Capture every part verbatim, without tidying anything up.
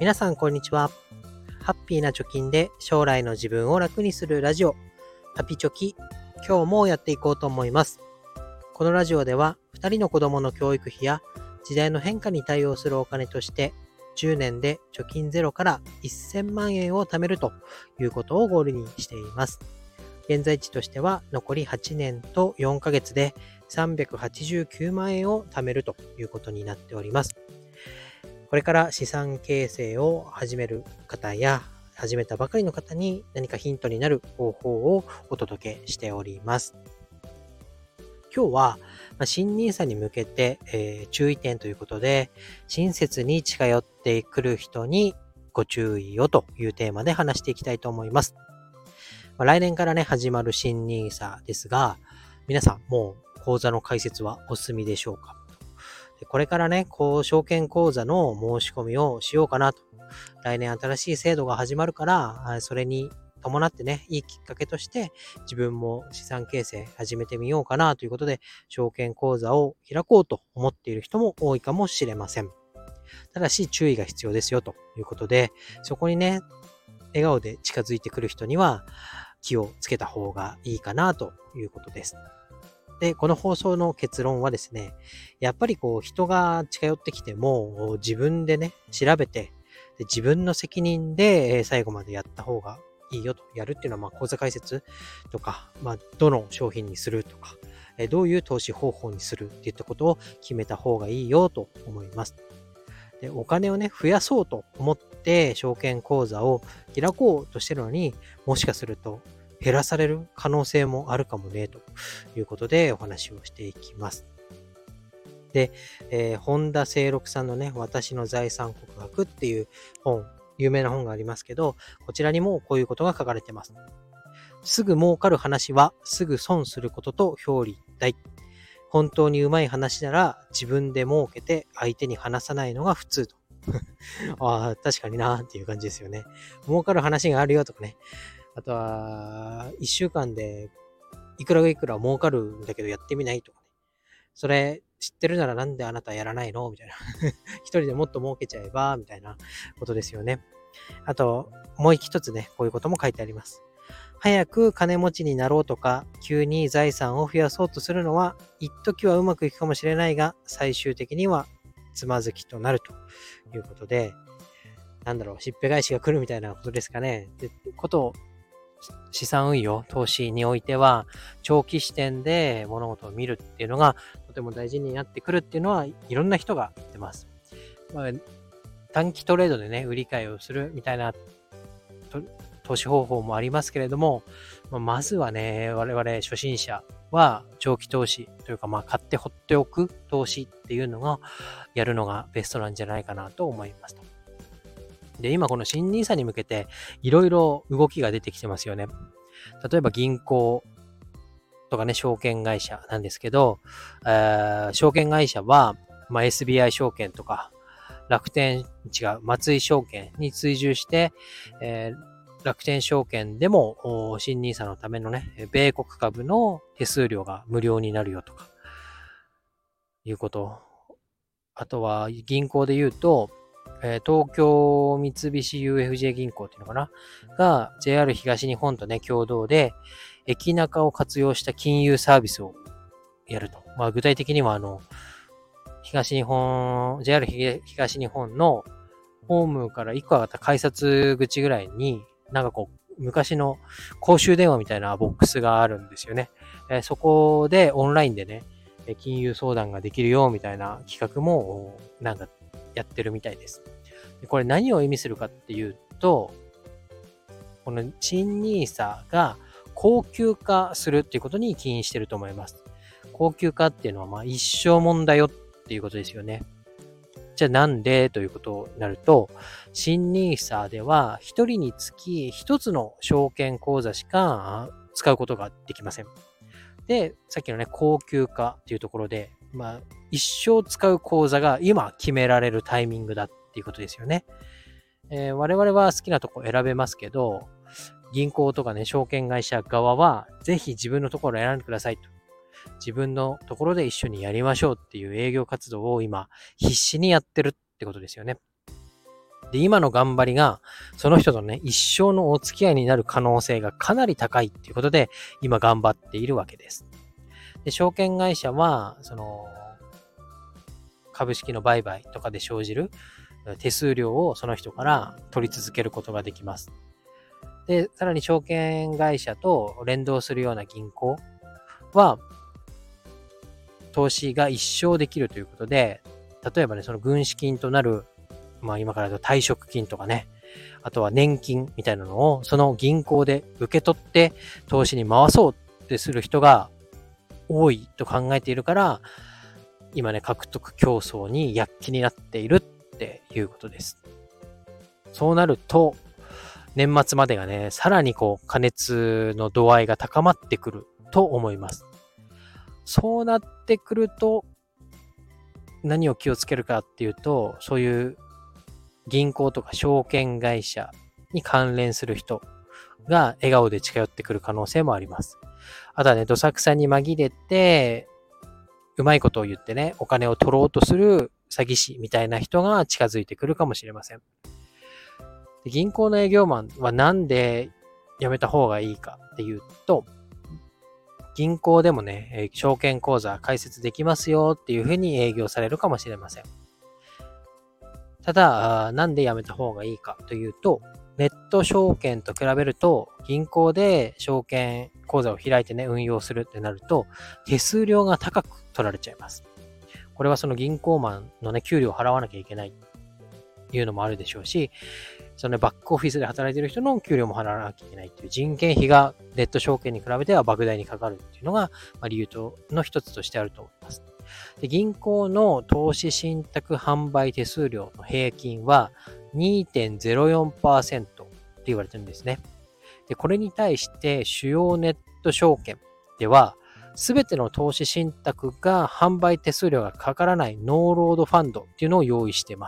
皆さんこんにちは。ハッピーな貯金で将来の自分を楽にするラジオ、ハピチョキ、今日もやっていこうと思います。このラジオではふたりの子供の教育費や時代の変化に対応するお金としてじゅうねんで貯金ゼロからせんまんえんを貯めるということをゴールにしています。現在地としては残りはちねんとよんかげつでさんびゃくはちじゅうきゅうまんえんを貯めるということになっております。これから資産形成を始める方や始めたばかりの方に何かヒントになる方法をお届けしております。今日は新ニーサに向けて、えー、注意点ということで、親切に近寄ってくる人にご注意をというテーマで話していきたいと思います。まあ、来年からね始まる新ニーサですが、皆さんもう口座の開設はお済みでしょうか？でこれからねこう証券口座の申し込みをしようかなと。来年新しい制度が始まるから、それに伴ってね、いいきっかけとして自分も資産形成始めてみようかなということで、証券口座を開こうと思っている人も多いかもしれません。ただし注意が必要ですよということで、そこにね、笑顔で近づいてくる人には気をつけた方がいいかなということです。で、この放送の結論はですね、やっぱりこう人が近寄ってきても自分でね、調べて、で自分の責任で最後までやった方がいいよと。やるっていうのは、まあ口座開設とか、まあどの商品にするとか、どういう投資方法にするっていったことを決めた方がいいよと思います。で、お金をね、増やそうと思って証券口座を開こうとしてるのに、もしかすると減らされる可能性もあるかもね、ということでお話をしていきます。で、えー、本田清六さんのね、私の財産告白っていう本、有名な本がありますけど、こちらにもこういうことが書かれてます。すぐ儲かる話はすぐ損することと表裏一体。本当にうまい話なら自分で儲けて相手に話さないのが普通と。ああ、確かになーっていう感じですよね。儲かる話があるよとかね。あとは、いっしゅうかんでいくらいくら儲かるんだけどやってみないとかね。それ知ってるならなんであなたやらないのみたいな。一人でもっと儲けちゃえばみたいなことですよね。あと、もう一つね、こういうことも書いてあります。早く金持ちになろうとか、急に財産を増やそうとするのは、一時はうまくいくかもしれないが、最終的にはつまずきとなるということで、なんだろう、しっぺ返しが来るみたいなことですかね。で、ことを資産運用、投資においては、長期視点で物事を見るっていうのがとても大事になってくるっていうのは、いろんな人が言ってます。まあ、短期トレードでね、売り買いをするみたいな投資方法もありますけれども、まあ、まずはね、我々初心者は長期投資というか、まあ買って放っておく投資っていうのがやるのがベストなんじゃないかなと思いますと。で、今この新ニーサに向けていろいろ動きが出てきてますよね。例えば銀行とかね、証券会社なんですけど、えー、証券会社は、まあ、エスビーアイ 証券とか、楽天、違う、松井証券に追従して、えー、楽天証券でも新ニーサのためのね、米国株の手数料が無料になるよとか、いうこと。あとは銀行で言うと、えー、東京三菱 ユーエフジェー 銀行っていうのかなが ジェイアール 東日本とね共同で駅中を活用した金融サービスをやると。まあ具体的にはあの東日本 ジェイアール 東日本のホームからいっこ上がった改札口ぐらいになんかこう昔の公衆電話みたいなボックスがあるんですよね。えー、そこでオンラインでね金融相談ができるよみたいな企画もなんかやってるみたいです。でこれ何を意味するかっていうと、この新ニーサが高級化するっていうことに起因してると思います。高級化っていうのはまあ一生もんだよっていうことですよね。じゃあなんでということになると、新ニーサでは一人につき一つの証券口座しか使うことができません。で、さっきのね、高級化っていうところで、まあ、一生使う口座が今決められるタイミングだっていうことですよね。えー、我々は好きなとこ選べますけど、銀行とかね、証券会社側は、ぜひ自分のところを選んでくださいと。自分のところで一緒にやりましょうっていう営業活動を今、必死にやってるってことですよね。 で、今の頑張りが、その人とね、一生のお付き合いになる可能性がかなり高いっていうことで、今頑張っているわけです。で、証券会社は、その、株式の売買とかで生じる手数料をその人から取り続けることができます。で、さらに証券会社と連動するような銀行は、投資が一生できるということで、例えばね、その軍資金となる、まあ今からだと退職金とかね、あとは年金みたいなのをその銀行で受け取って投資に回そうってする人が多いと考えているから、今ね、獲得競争に躍起になっているっていうことです。そうなると、年末までがね、さらにこう、過熱の度合いが高まってくると思います。そうなってくると、何を気をつけるかっていうと、そういう銀行とか証券会社に関連する人が笑顔で近寄ってくる可能性もあります。あとはね、どさくさに紛れて、うまいことを言ってね、お金を取ろうとする詐欺師みたいな人が近づいてくるかもしれません。で、銀行の営業マンはなんで辞めた方がいいかっていうと、銀行でもね、証券口座開設できますよっていうふうに営業されるかもしれません。ただ、なんで辞めた方がいいかというと、ネット証券と比べると、銀行で証券口座を開いてね、運用するってなると、手数料が高く取られちゃいます。これはその銀行マンのね、給料を払わなきゃいけないというのもあるでしょうし、そのバックオフィスで働いている人の給料も払わなきゃいけないという人件費がネット証券に比べては莫大にかかるっていうのが、まあ、理由との一つとしてあると思います。で、銀行の投資信託販売手数料の平均は にてんゼロよんパーセント って言われてるんですね。で、これに対して主要ネット証券では、すべての投資信託が販売手数料がかからないノーロードファンドっていうのを用意しています。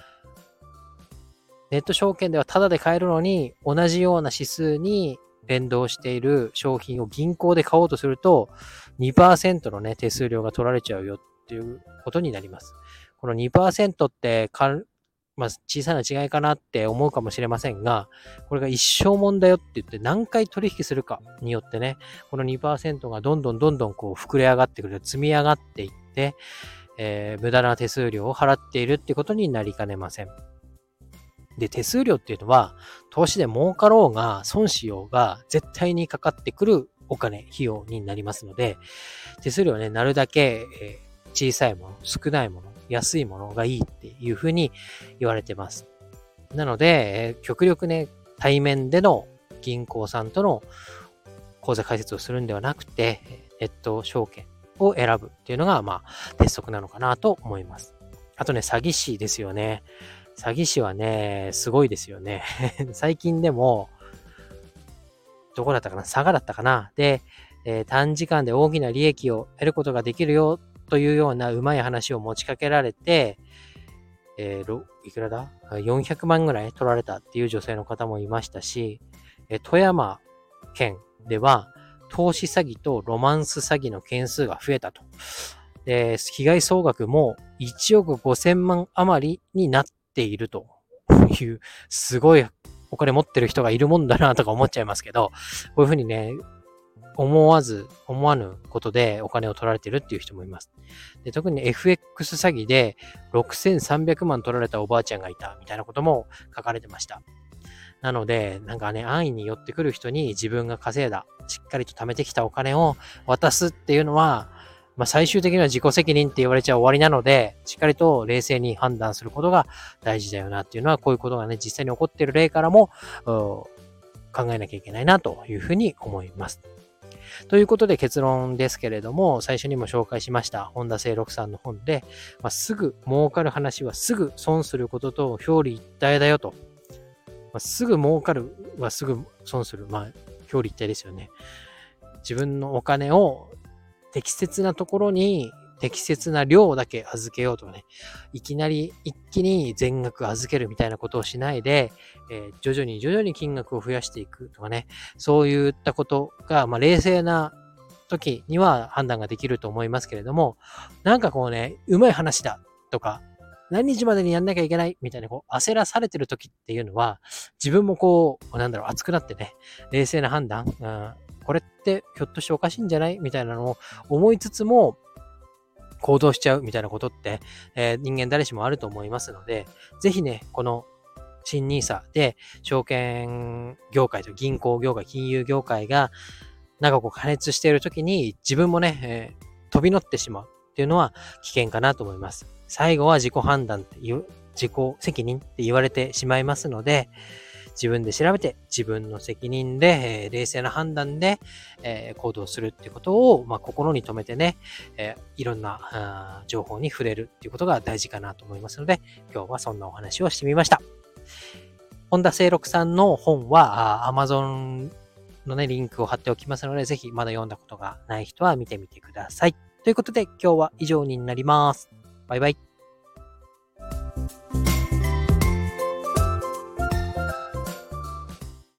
ネット証券ではタダで買えるのに、同じような指数に連動している商品を銀行で買おうとすると にパーセント のね、手数料が取られちゃうよっていうことになります。この にパーセント ってか、まあ、小さな違いかなって思うかもしれませんが、これが一生もんだよって言って何回取引するかによってね、この にパーセント がどんどんどんどんこう膨れ上がってくる、積み上がっていって、えー、無駄な手数料を払っているってことになりかねません。で、手数料っていうのは、投資で儲かろうが損しようが絶対にかかってくるお金、費用になりますので、手数料はね、なるだけ、えー、小さいもの、少ないもの、安いものがいいっていうふうに言われてます。なので、えー、極力ね、対面での銀行さんとの口座開設をするんではなくて、ネット証券を選ぶっていうのが、まあ、鉄則なのかなと思います。あとね、詐欺師ですよね。詐欺師はね、すごいですよね。最近でも、どこだったかな、佐賀だったかな。で、えー、短時間で大きな利益を得ることができるよというようなうまい話を持ちかけられて、えー、いくらだ ?よんひゃく 万ぐらい取られたっていう女性の方もいましたし、えー、富山県では投資詐欺とロマンス詐欺の件数が増えたと。で、被害総額もいちおくごせんまん余りになっているという、すごいお金持ってる人がいるもんだなとか思っちゃいますけど、こういうふうにね、思わず、思わぬことでお金を取られてるっていう人もいます。で、特に エフエックス 詐欺でろくせんさんびゃくまん取られたおばあちゃんがいたみたいなことも書かれてました。なので、なんかね、安易に寄ってくる人に自分が稼いだ、しっかりと貯めてきたお金を渡すっていうのは、まあ、最終的には自己責任って言われちゃ終わりなので、しっかりと冷静に判断することが大事だよなっていうのは、こういうことがね、実際に起こっている例からも考えなきゃいけないなというふうに思います。ということで結論ですけれども、最初にも紹介しました本田清六さんの本で、まあ、すぐ儲かる話はすぐ損することと表裏一体だよと。まあ、すぐ儲かるはすぐ損する。まあ、表裏一体ですよね。自分のお金を適切なところに適切な量だけ預けようとかね、いきなり一気に全額預けるみたいなことをしないで、えー、徐々に徐々に金額を増やしていくとかね、そういったことが、まあ、冷静な時には判断ができると思いますけれども、なんかこうね、うまい話だとか、 何日までにやんなきゃいけないみたいなこう焦らされてる時っていうのは、自分もこう、なんだろう、熱くなってね、冷静な判断、うん、これってひょっとしておかしいんじゃないみたいなのを思いつつも、行動しちゃうみたいなことって、えー、人間誰しもあると思いますので、ぜひね、この新ニーサで証券業界と銀行業界、金融業界がなんかこう加熱しているときに自分もね、えー飛び乗ってしまうっていうのは危険かなと思います。最後は自己判断っていう、自己責任って言われてしまいますので、自分で調べて自分の責任で、えー冷静な判断で、えー行動するっていうことを、まあ、心に留めてね、えーいろんなあー情報に触れるっていうことが大事かなと思いますので、今日はそんなお話をしてみました。本田清六さんの本は、あ Amazon のね、リンクを貼っておきますので、ぜひまだ読んだことがない人は見てみてください。ということで、今日は以上になります。バイバイ。